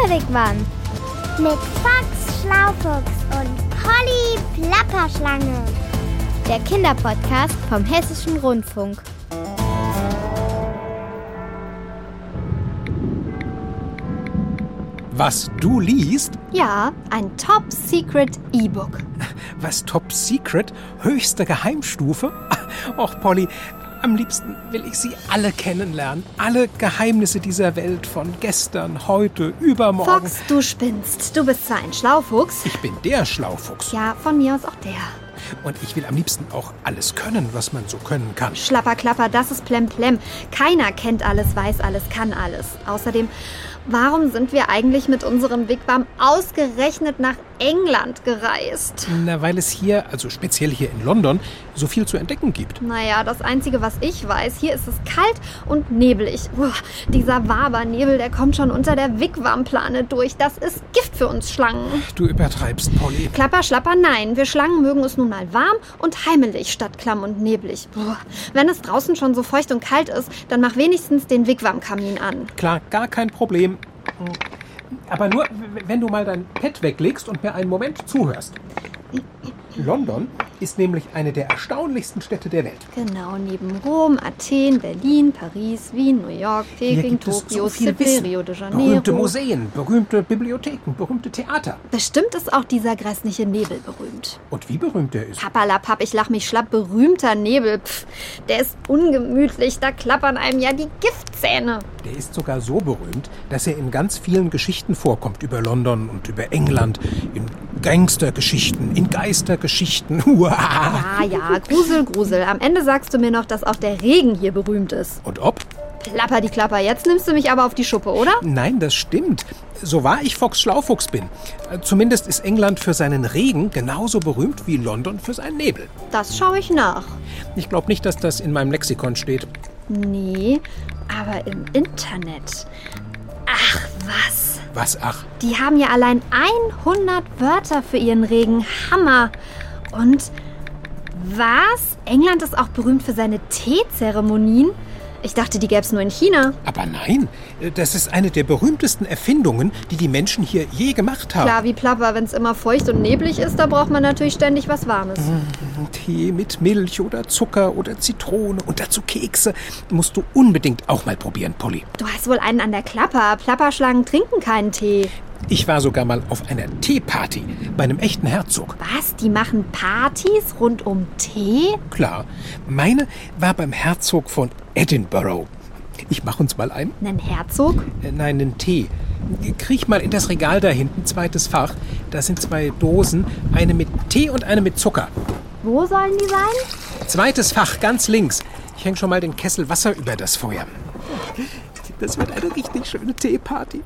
Kinderwigwam. Mit Fox Schlaufuchs und Polly Plapperschlange. Der Kinderpodcast vom Hessischen Rundfunk. Was du liest? Ja, ein Top-Secret-E-Book. Was Top-Secret? Höchste Geheimstufe? Och, Polly, am liebsten will ich sie alle kennenlernen. Alle Geheimnisse dieser Welt von gestern, heute, übermorgen. Fox, du spinnst. Du bist zwar ein Schlaufuchs. Ich bin der Schlaufuchs. Ja, von mir aus auch der. Und ich will am liebsten auch alles können, was man so können kann. Schlapper, Klapper, das ist Plemplem. Keiner kennt alles, weiß alles, kann alles. Außerdem, warum sind wir eigentlich mit unserem Wigwam ausgerechnet nach England gereist? Na, weil es hier, also speziell hier in London, so viel zu entdecken gibt. Naja, das Einzige, was ich weiß, hier ist es kalt und nebelig. Dieser Wabernebel, der kommt schon unter der Wigwam-Plane durch. Das ist Gift für uns Schlangen. Du übertreibst, Polly. Klapper, Schlapper, nein. Wir Schlangen mögen es nun mal warm und heimelig statt klamm und neblig. Wenn es draußen schon so feucht und kalt ist, dann mach wenigstens den Wigwam-Kamin an. Klar, gar kein Problem. Aber nur, wenn du mal dein Pad weglegst und mir einen Moment zuhörst. London ist nämlich eine der erstaunlichsten Städte der Welt. Genau, neben Rom, Athen, Berlin, Paris, Wien, New York, Peking, Tokio, Sydney, Rio de Janeiro. Berühmte Museen, berühmte Bibliotheken, berühmte Theater. Bestimmt ist auch dieser grässliche Nebel berühmt. Und wie berühmt der ist? Pappalapapp, ich lach mich schlapp. Berühmter Nebel. Der ist ungemütlich, da klappern einem ja die Giftzähne. Der ist sogar so berühmt, dass er in ganz vielen Geschichten vorkommt über London und über England. In Gangstergeschichten, in Geistergeschichten. Ja, Grusel. Am Ende sagst du mir noch, dass auch der Regen hier berühmt ist. Und ob? Plapper die Klapper, jetzt nimmst du mich aber auf die Schuppe, oder? Nein, das stimmt. So wahr ich Fox Schlaufuchs bin. Zumindest ist England für seinen Regen genauso berühmt wie London für seinen Nebel. Das schaue ich nach. Ich glaube nicht, dass das in meinem Lexikon steht. Nee, aber im Internet. Ach, was? Was, ach? Die haben ja allein 100 Wörter für ihren Regen. Hammer. Und was? England ist auch berühmt für seine Teezeremonien? Ich dachte, die gäbe es nur in China. Aber nein, das ist eine der berühmtesten Erfindungen, die die Menschen hier je gemacht haben. Klar, wie Plapper, wenn es immer feucht und neblig ist, da braucht man natürlich ständig was Warmes. Tee mit Milch oder Zucker oder Zitrone und dazu Kekse. Musst du unbedingt auch mal probieren, Polly. Du hast wohl einen an der Klapper. Plapperschlangen trinken keinen Tee. Ich war sogar mal auf einer Teeparty bei einem echten Herzog. Was? Die machen Partys rund um Tee? Klar. Meine war beim Herzog von Edinburgh. Ich mach uns mal ein. Nen Herzog? Nein, einen Tee. Kriech mal in das Regal da hinten, zweites Fach. Da sind 2 Dosen, eine mit Tee und eine mit Zucker. Wo sollen die sein? Zweites Fach, ganz links. Ich häng schon mal den Kessel Wasser über das Feuer. Das wird eine richtig schöne Teeparty.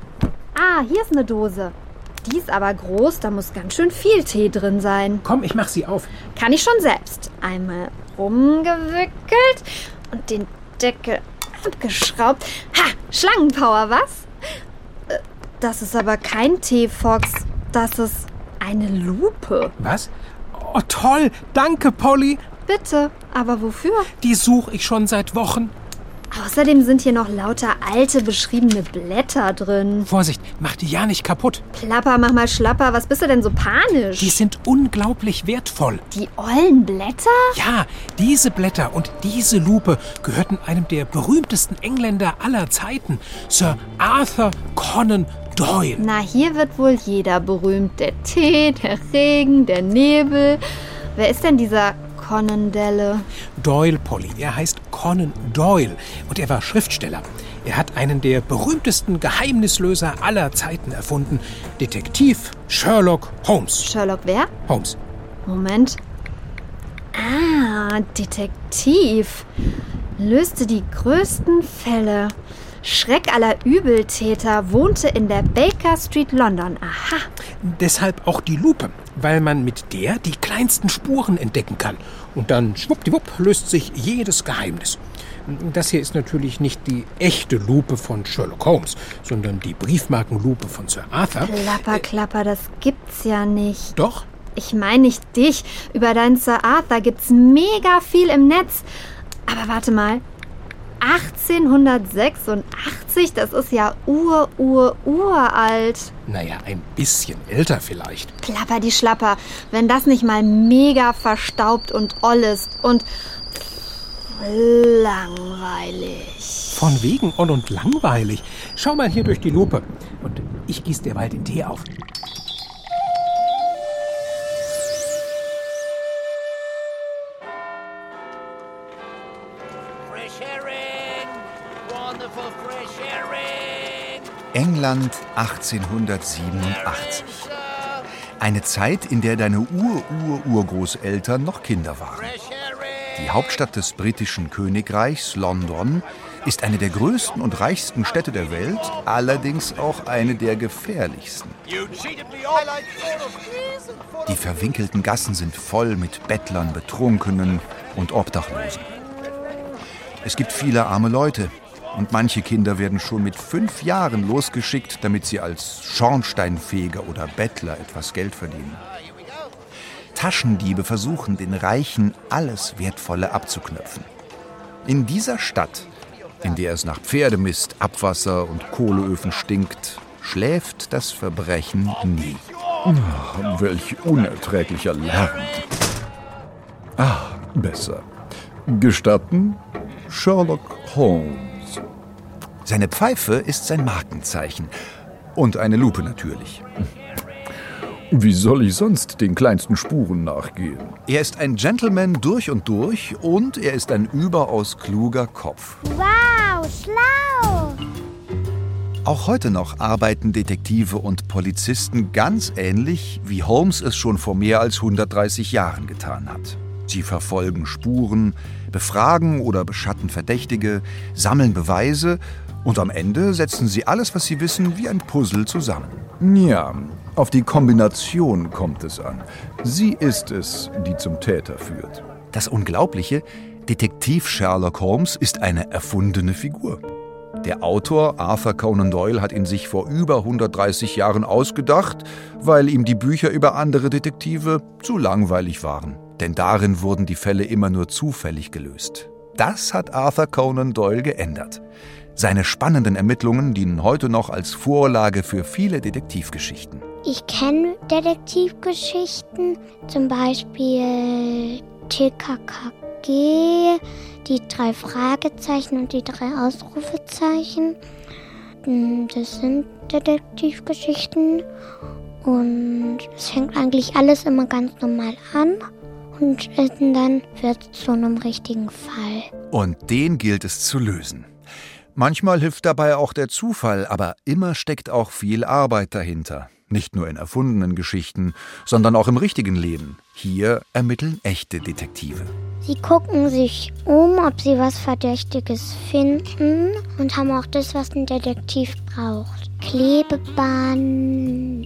Ah, hier ist eine Dose. Die ist aber groß, da muss ganz schön viel Tee drin sein. Komm, ich mach sie auf. Kann ich schon selbst. Einmal rumgewickelt und den Deckel abgeschraubt. Ha, Schlangenpower, was? Das ist aber kein Tee, Fox. Das ist eine Lupe. Was? Oh, toll. Danke, Polly. Bitte, aber wofür? Die suche ich schon seit Wochen. Außerdem sind hier noch lauter alte, beschriebene Blätter drin. Vorsicht, mach die ja nicht kaputt. Plapper, mach mal Schlapper. Was bist du denn so panisch? Die sind unglaublich wertvoll. Die ollen Blätter? Ja, diese Blätter und diese Lupe gehörten einem der berühmtesten Engländer aller Zeiten, Sir Arthur Conan Doyle. Na, hier wird wohl jeder berühmt. Der Tee, der Regen, der Nebel. Wer ist denn dieser Conan Doyle? Doyle, Polly. Er heißt Conan Doyle und er war Schriftsteller. Er hat einen der berühmtesten Geheimnislöser aller Zeiten erfunden. Detektiv Sherlock Holmes. Sherlock wer? Holmes. Moment. Ah, Detektiv. Löste die größten Fälle. Schreck aller Übeltäter, wohnte in der Baker Street, London. Aha. Deshalb auch die Lupe, weil man mit der die kleinsten Spuren entdecken kann. Und dann schwuppdiwupp löst sich jedes Geheimnis. Das hier ist natürlich nicht die echte Lupe von Sherlock Holmes, sondern die Briefmarkenlupe von Sir Arthur. Klapper, das gibt's ja nicht. Doch? Ich meine nicht dich. Über deinen Sir Arthur gibt's mega viel im Netz. Aber warte mal. 1886, das ist ja uralt. Naja, ein bisschen älter vielleicht. Plapper die Schlapper, wenn das nicht mal mega verstaubt und oll ist und langweilig. Von wegen oll und langweilig. Schau mal hier durch die Lupe. Und ich gieße derweil den Tee auf. England 1887. Eine Zeit, in der deine Urgroßeltern noch Kinder waren. Die Hauptstadt des britischen Königreichs, London, ist eine der größten und reichsten Städte der Welt, allerdings auch eine der gefährlichsten. Die verwinkelten Gassen sind voll mit Bettlern, Betrunkenen und Obdachlosen. Es gibt viele arme Leute. Und manche Kinder werden schon mit 5 Jahren losgeschickt, damit sie als Schornsteinfeger oder Bettler etwas Geld verdienen. Taschendiebe versuchen, den Reichen alles Wertvolle abzuknöpfen. In dieser Stadt, in der es nach Pferdemist, Abwasser und Kohleöfen stinkt, schläft das Verbrechen nie. Ach, welch unerträglicher Lärm. Besser. Gestatten? Sherlock Holmes. Seine Pfeife ist sein Markenzeichen. Und eine Lupe natürlich. Wie soll ich sonst den kleinsten Spuren nachgehen? Er ist ein Gentleman durch und durch und er ist ein überaus kluger Kopf. Wow, schlau! Auch heute noch arbeiten Detektive und Polizisten ganz ähnlich, wie Holmes es schon vor mehr als 130 Jahren getan hat. Sie verfolgen Spuren, befragen oder beschatten Verdächtige, sammeln Beweise und am Ende setzen sie alles, was sie wissen, wie ein Puzzle zusammen. Ja, auf die Kombination kommt es an. Sie ist es, die zum Täter führt. Das Unglaubliche, Detektiv Sherlock Holmes ist eine erfundene Figur. Der Autor Arthur Conan Doyle hat ihn sich vor über 130 Jahren ausgedacht, weil ihm die Bücher über andere Detektive zu langweilig waren. Denn darin wurden die Fälle immer nur zufällig gelöst. Das hat Arthur Conan Doyle geändert. Seine spannenden Ermittlungen dienen heute noch als Vorlage für viele Detektivgeschichten. Ich kenne Detektivgeschichten, zum Beispiel TKKG, die 3 Fragezeichen und die 3 Ausrufezeichen. Das sind Detektivgeschichten und es fängt eigentlich alles immer ganz normal an. Und dann wird es zu einem richtigen Fall. Und den gilt es zu lösen. Manchmal hilft dabei auch der Zufall, aber immer steckt auch viel Arbeit dahinter. Nicht nur in erfundenen Geschichten, sondern auch im richtigen Leben. Hier ermitteln echte Detektive. Sie gucken sich ob sie was Verdächtiges finden und haben auch das, was ein Detektiv braucht. Klebeband,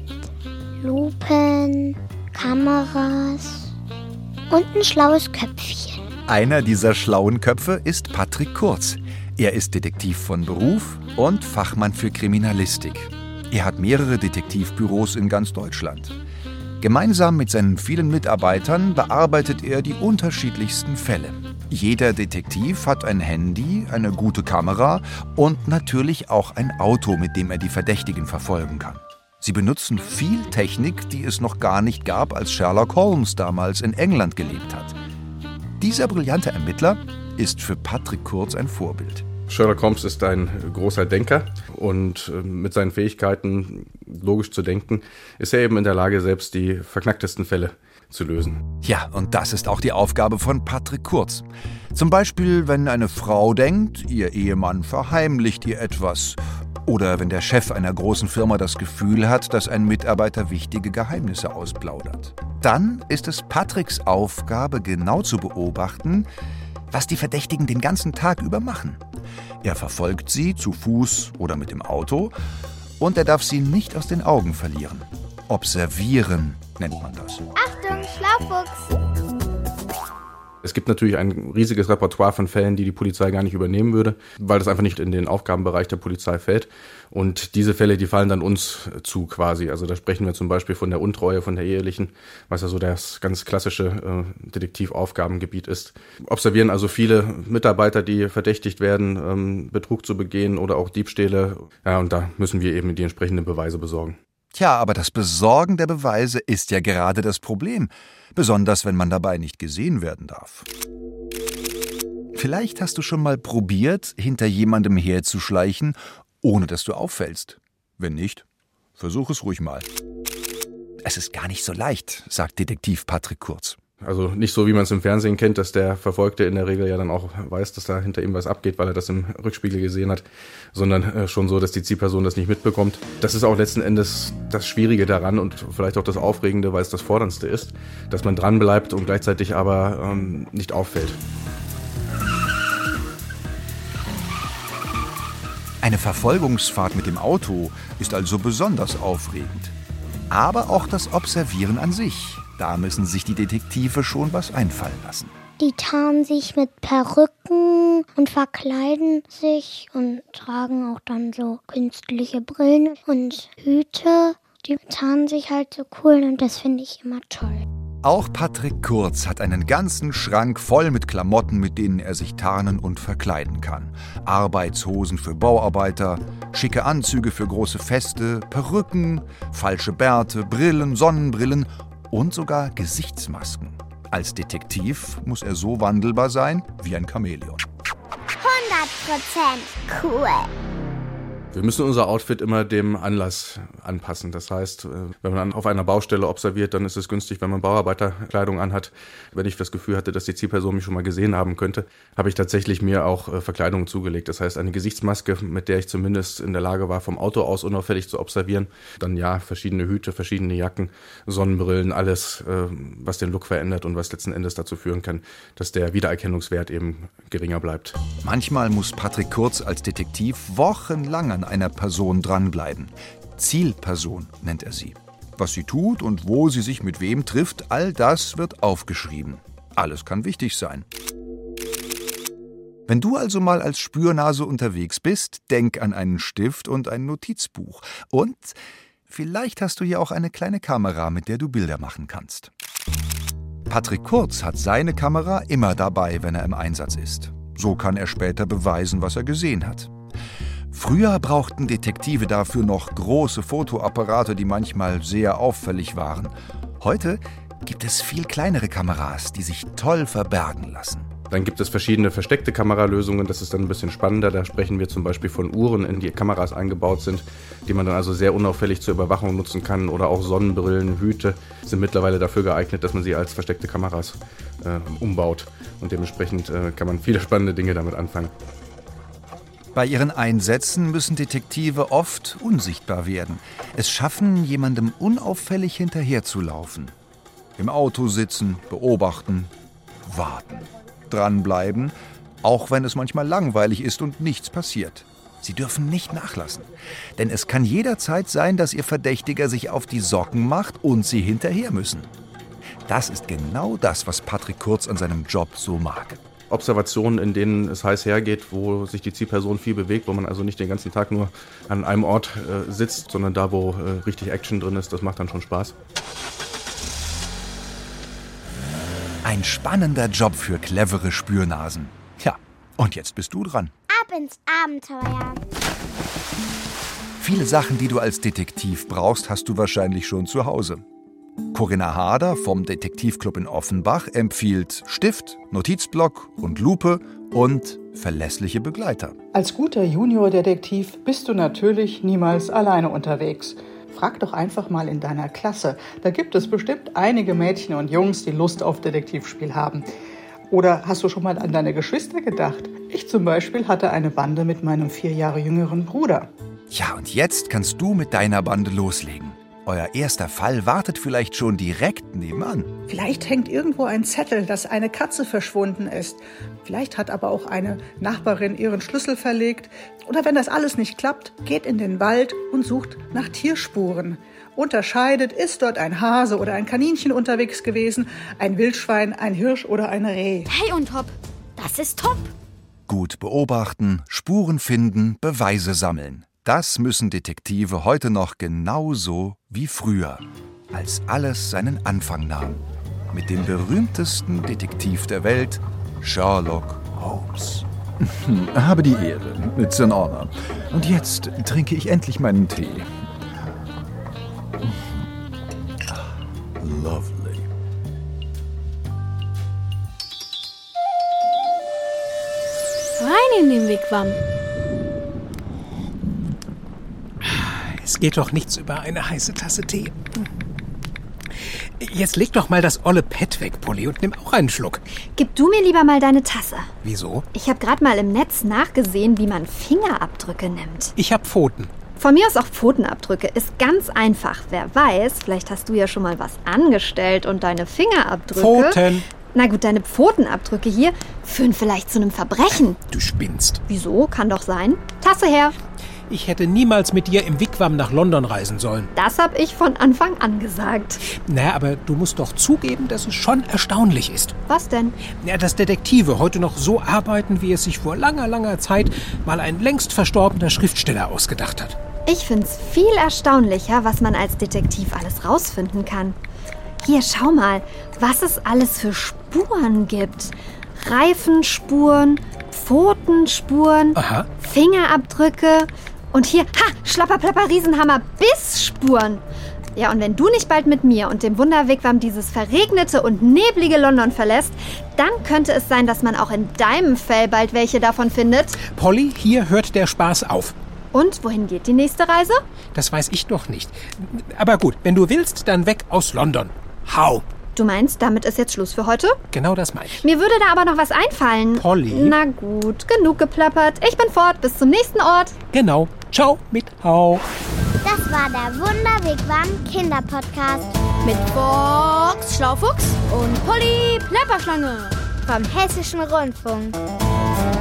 Lupen, Kameras und ein schlaues Köpfchen. Einer dieser schlauen Köpfe ist Patrick Kurz. Er ist Detektiv von Beruf und Fachmann für Kriminalistik. Er hat mehrere Detektivbüros in ganz Deutschland. Gemeinsam mit seinen vielen Mitarbeitern bearbeitet er die unterschiedlichsten Fälle. Jeder Detektiv hat ein Handy, eine gute Kamera und natürlich auch ein Auto, mit dem er die Verdächtigen verfolgen kann. Sie benutzen viel Technik, die es noch gar nicht gab, als Sherlock Holmes damals in England gelebt hat. Dieser brillante Ermittler ist für Patrick Kurz ein Vorbild. Sherlock Holmes ist ein großer Denker und mit seinen Fähigkeiten, logisch zu denken, ist er eben in der Lage, selbst die verknacktesten Fälle zu lösen. Ja, und das ist auch die Aufgabe von Patrick Kurz. Zum Beispiel, wenn eine Frau denkt, ihr Ehemann verheimlicht ihr etwas. Oder wenn der Chef einer großen Firma das Gefühl hat, dass ein Mitarbeiter wichtige Geheimnisse ausplaudert. Dann ist es Patricks Aufgabe, genau zu beobachten, was die Verdächtigen den ganzen Tag über machen. Er verfolgt sie zu Fuß oder mit dem Auto und er darf sie nicht aus den Augen verlieren. Observieren nennt man das. Achtung, Schlaufuchs! Es gibt natürlich ein riesiges Repertoire von Fällen, die Polizei gar nicht übernehmen würde, weil das einfach nicht in den Aufgabenbereich der Polizei fällt. Und diese Fälle, die fallen dann uns zu quasi. Also da sprechen wir zum Beispiel von der Untreue, von der ehelichen, was ja so das ganz klassische Detektivaufgabengebiet ist. Observieren also viele Mitarbeiter, die verdächtigt werden, Betrug zu begehen oder auch Diebstähle. Ja, und da müssen wir eben die entsprechenden Beweise besorgen. Tja, aber das Besorgen der Beweise ist ja gerade das Problem. Besonders, wenn man dabei nicht gesehen werden darf. Vielleicht hast du schon mal probiert, hinter jemandem herzuschleichen, ohne dass du auffällst. Wenn nicht, versuch es ruhig mal. Es ist gar nicht so leicht, sagt Detektiv Patrick Kurz. Also nicht so, wie man es im Fernsehen kennt, dass der Verfolgte in der Regel ja dann auch weiß, dass da hinter ihm was abgeht, weil er das im Rückspiegel gesehen hat, sondern schon so, dass die Zielperson das nicht mitbekommt. Das ist auch letzten Endes das Schwierige daran und vielleicht auch das Aufregende, weil es das Forderndste ist, dass man dran bleibt und gleichzeitig aber nicht auffällt. Eine Verfolgungsfahrt mit dem Auto ist also besonders aufregend. Aber auch das Observieren an sich. Da müssen sich die Detektive schon was einfallen lassen. Die tarnen sich mit Perücken und verkleiden sich und tragen auch dann so künstliche Brillen und Hüte. Die tarnen sich halt so cool und das finde ich immer toll. Auch Patrick Kurz hat einen ganzen Schrank voll mit Klamotten, mit denen er sich tarnen und verkleiden kann. Arbeitshosen für Bauarbeiter, schicke Anzüge für große Feste, Perücken, falsche Bärte, Brillen, Sonnenbrillen und sogar Gesichtsmasken. Als Detektiv muss er so wandelbar sein wie ein Chamäleon. 100% cool. Wir müssen unser Outfit immer dem Anlass anpassen. Das heißt, wenn man auf einer Baustelle observiert, dann ist es günstig, wenn man Bauarbeiterkleidung anhat. Wenn ich das Gefühl hatte, dass die Zielperson mich schon mal gesehen haben könnte, habe ich tatsächlich mir auch Verkleidung zugelegt. Das heißt, eine Gesichtsmaske, mit der ich zumindest in der Lage war, vom Auto aus unauffällig zu observieren. Dann ja, verschiedene Hüte, verschiedene Jacken, Sonnenbrillen, alles, was den Look verändert und was letzten Endes dazu führen kann, dass der Wiedererkennungswert eben geringer bleibt. Manchmal muss Patrick Kurz als Detektiv wochenlang an einer Person dranbleiben. Zielperson nennt er sie. Was sie tut und wo sie sich mit wem trifft, all das wird aufgeschrieben. Alles kann wichtig sein. Wenn du also mal als Spürnase unterwegs bist, denk an einen Stift und ein Notizbuch. Und vielleicht hast du hier auch eine kleine Kamera, mit der du Bilder machen kannst. Patrick Kurz hat seine Kamera immer dabei, wenn er im Einsatz ist. So kann er später beweisen, was er gesehen hat. Früher brauchten Detektive dafür noch große Fotoapparate, die manchmal sehr auffällig waren. Heute gibt es viel kleinere Kameras, die sich toll verbergen lassen. Dann gibt es verschiedene versteckte Kameralösungen, das ist dann ein bisschen spannender. Da sprechen wir zum Beispiel von Uhren, in die Kameras eingebaut sind, die man dann also sehr unauffällig zur Überwachung nutzen kann. Oder auch Sonnenbrillen, Hüte sind mittlerweile dafür geeignet, dass man sie als versteckte Kameras umbaut. Und dementsprechend kann man viele spannende Dinge damit anfangen. Bei ihren Einsätzen müssen Detektive oft unsichtbar werden. Es schaffen, jemandem unauffällig hinterherzulaufen. Im Auto sitzen, beobachten, warten. Dranbleiben, auch wenn es manchmal langweilig ist und nichts passiert. Sie dürfen nicht nachlassen. Denn es kann jederzeit sein, dass ihr Verdächtiger sich auf die Socken macht und sie hinterher müssen. Das ist genau das, was Patrick Kurz an seinem Job so mag. Observationen, in denen es heiß hergeht, wo sich die Zielperson viel bewegt, wo man also nicht den ganzen Tag nur an einem Ort sitzt, sondern da, wo richtig Action drin ist, das macht dann schon Spaß. Ein spannender Job für clevere Spürnasen. Ja, und jetzt bist du dran. Ab ins Abenteuer. Viele Sachen, die du als Detektiv brauchst, hast du wahrscheinlich schon zu Hause. Corinna Harder vom Detektivclub in Offenbach empfiehlt Stift, Notizblock und Lupe und verlässliche Begleiter. Als guter Juniordetektiv bist du natürlich niemals alleine unterwegs. Frag doch einfach mal in deiner Klasse. Da gibt es bestimmt einige Mädchen und Jungs, die Lust auf Detektivspiel haben. Oder hast du schon mal an deine Geschwister gedacht? Ich zum Beispiel hatte eine Bande mit meinem 4 Jahre jüngeren Bruder. Ja, und jetzt kannst du mit deiner Bande loslegen. Euer erster Fall wartet vielleicht schon direkt nebenan. Vielleicht hängt irgendwo ein Zettel, dass eine Katze verschwunden ist. Vielleicht hat aber auch eine Nachbarin ihren Schlüssel verlegt. Oder wenn das alles nicht klappt, geht in den Wald und sucht nach Tierspuren. unterscheidet, ist dort ein Hase oder ein Kaninchen unterwegs gewesen, ein Wildschwein, ein Hirsch oder ein Reh. Hey und hopp, das ist top. Gut beobachten, Spuren finden, Beweise sammeln. Das müssen Detektive heute noch genauso wie früher, als alles seinen Anfang nahm. Mit dem berühmtesten Detektiv der Welt, Sherlock Holmes. Habe die Ehre. It's an honor. Und jetzt trinke ich endlich meinen Tee. Lovely. Rein in den Wigwam. Es geht doch nichts über eine heiße Tasse Tee. Jetzt leg doch mal das olle Pad weg, Polly, und nimm auch einen Schluck. Gib du mir lieber mal deine Tasse. Wieso? Ich habe gerade mal im Netz nachgesehen, wie man Fingerabdrücke nimmt. Ich hab Pfoten. Von mir aus auch Pfotenabdrücke. Ist ganz einfach. Wer weiß, vielleicht hast du ja schon mal was angestellt und deine Fingerabdrücke... Pfoten. Na gut, deine Pfotenabdrücke hier führen vielleicht zu einem Verbrechen. Du spinnst. Wieso? Kann doch sein. Tasse her. Ich hätte niemals mit dir im Wigwam nach London reisen sollen. Das habe ich von Anfang an gesagt. Naja, aber du musst doch zugeben, dass es schon erstaunlich ist. Was denn? Ja, dass Detektive heute noch so arbeiten, wie es sich vor langer, langer Zeit mal ein längst verstorbener Schriftsteller ausgedacht hat. Ich find's viel erstaunlicher, was man als Detektiv alles rausfinden kann. Hier, schau mal, was es alles für Spuren gibt. Reifenspuren, Pfotenspuren, Aha. Fingerabdrücke und hier, Schlapperplapper, Riesenhammer, Bissspuren. Ja, und wenn du nicht bald mit mir und dem Wunderwigwam dieses verregnete und neblige London verlässt, dann könnte es sein, dass man auch in deinem Fell bald welche davon findet. Polly, hier hört der Spaß auf. Und wohin geht die nächste Reise? Das weiß ich doch nicht. Aber gut, wenn du willst, dann weg aus London. Hau! Du meinst, damit ist jetzt Schluss für heute? Genau das meine ich. Mir würde da aber noch was einfallen. Polly? Na gut, genug geplappert. Ich bin fort. Bis zum nächsten Ort. Genau. Ciao mit Hau. Das war der Wunderwigwam Kinderpodcast Mit Fox Schlaufuchs und Polly Plapperschlange. vom Hessischen Rundfunk.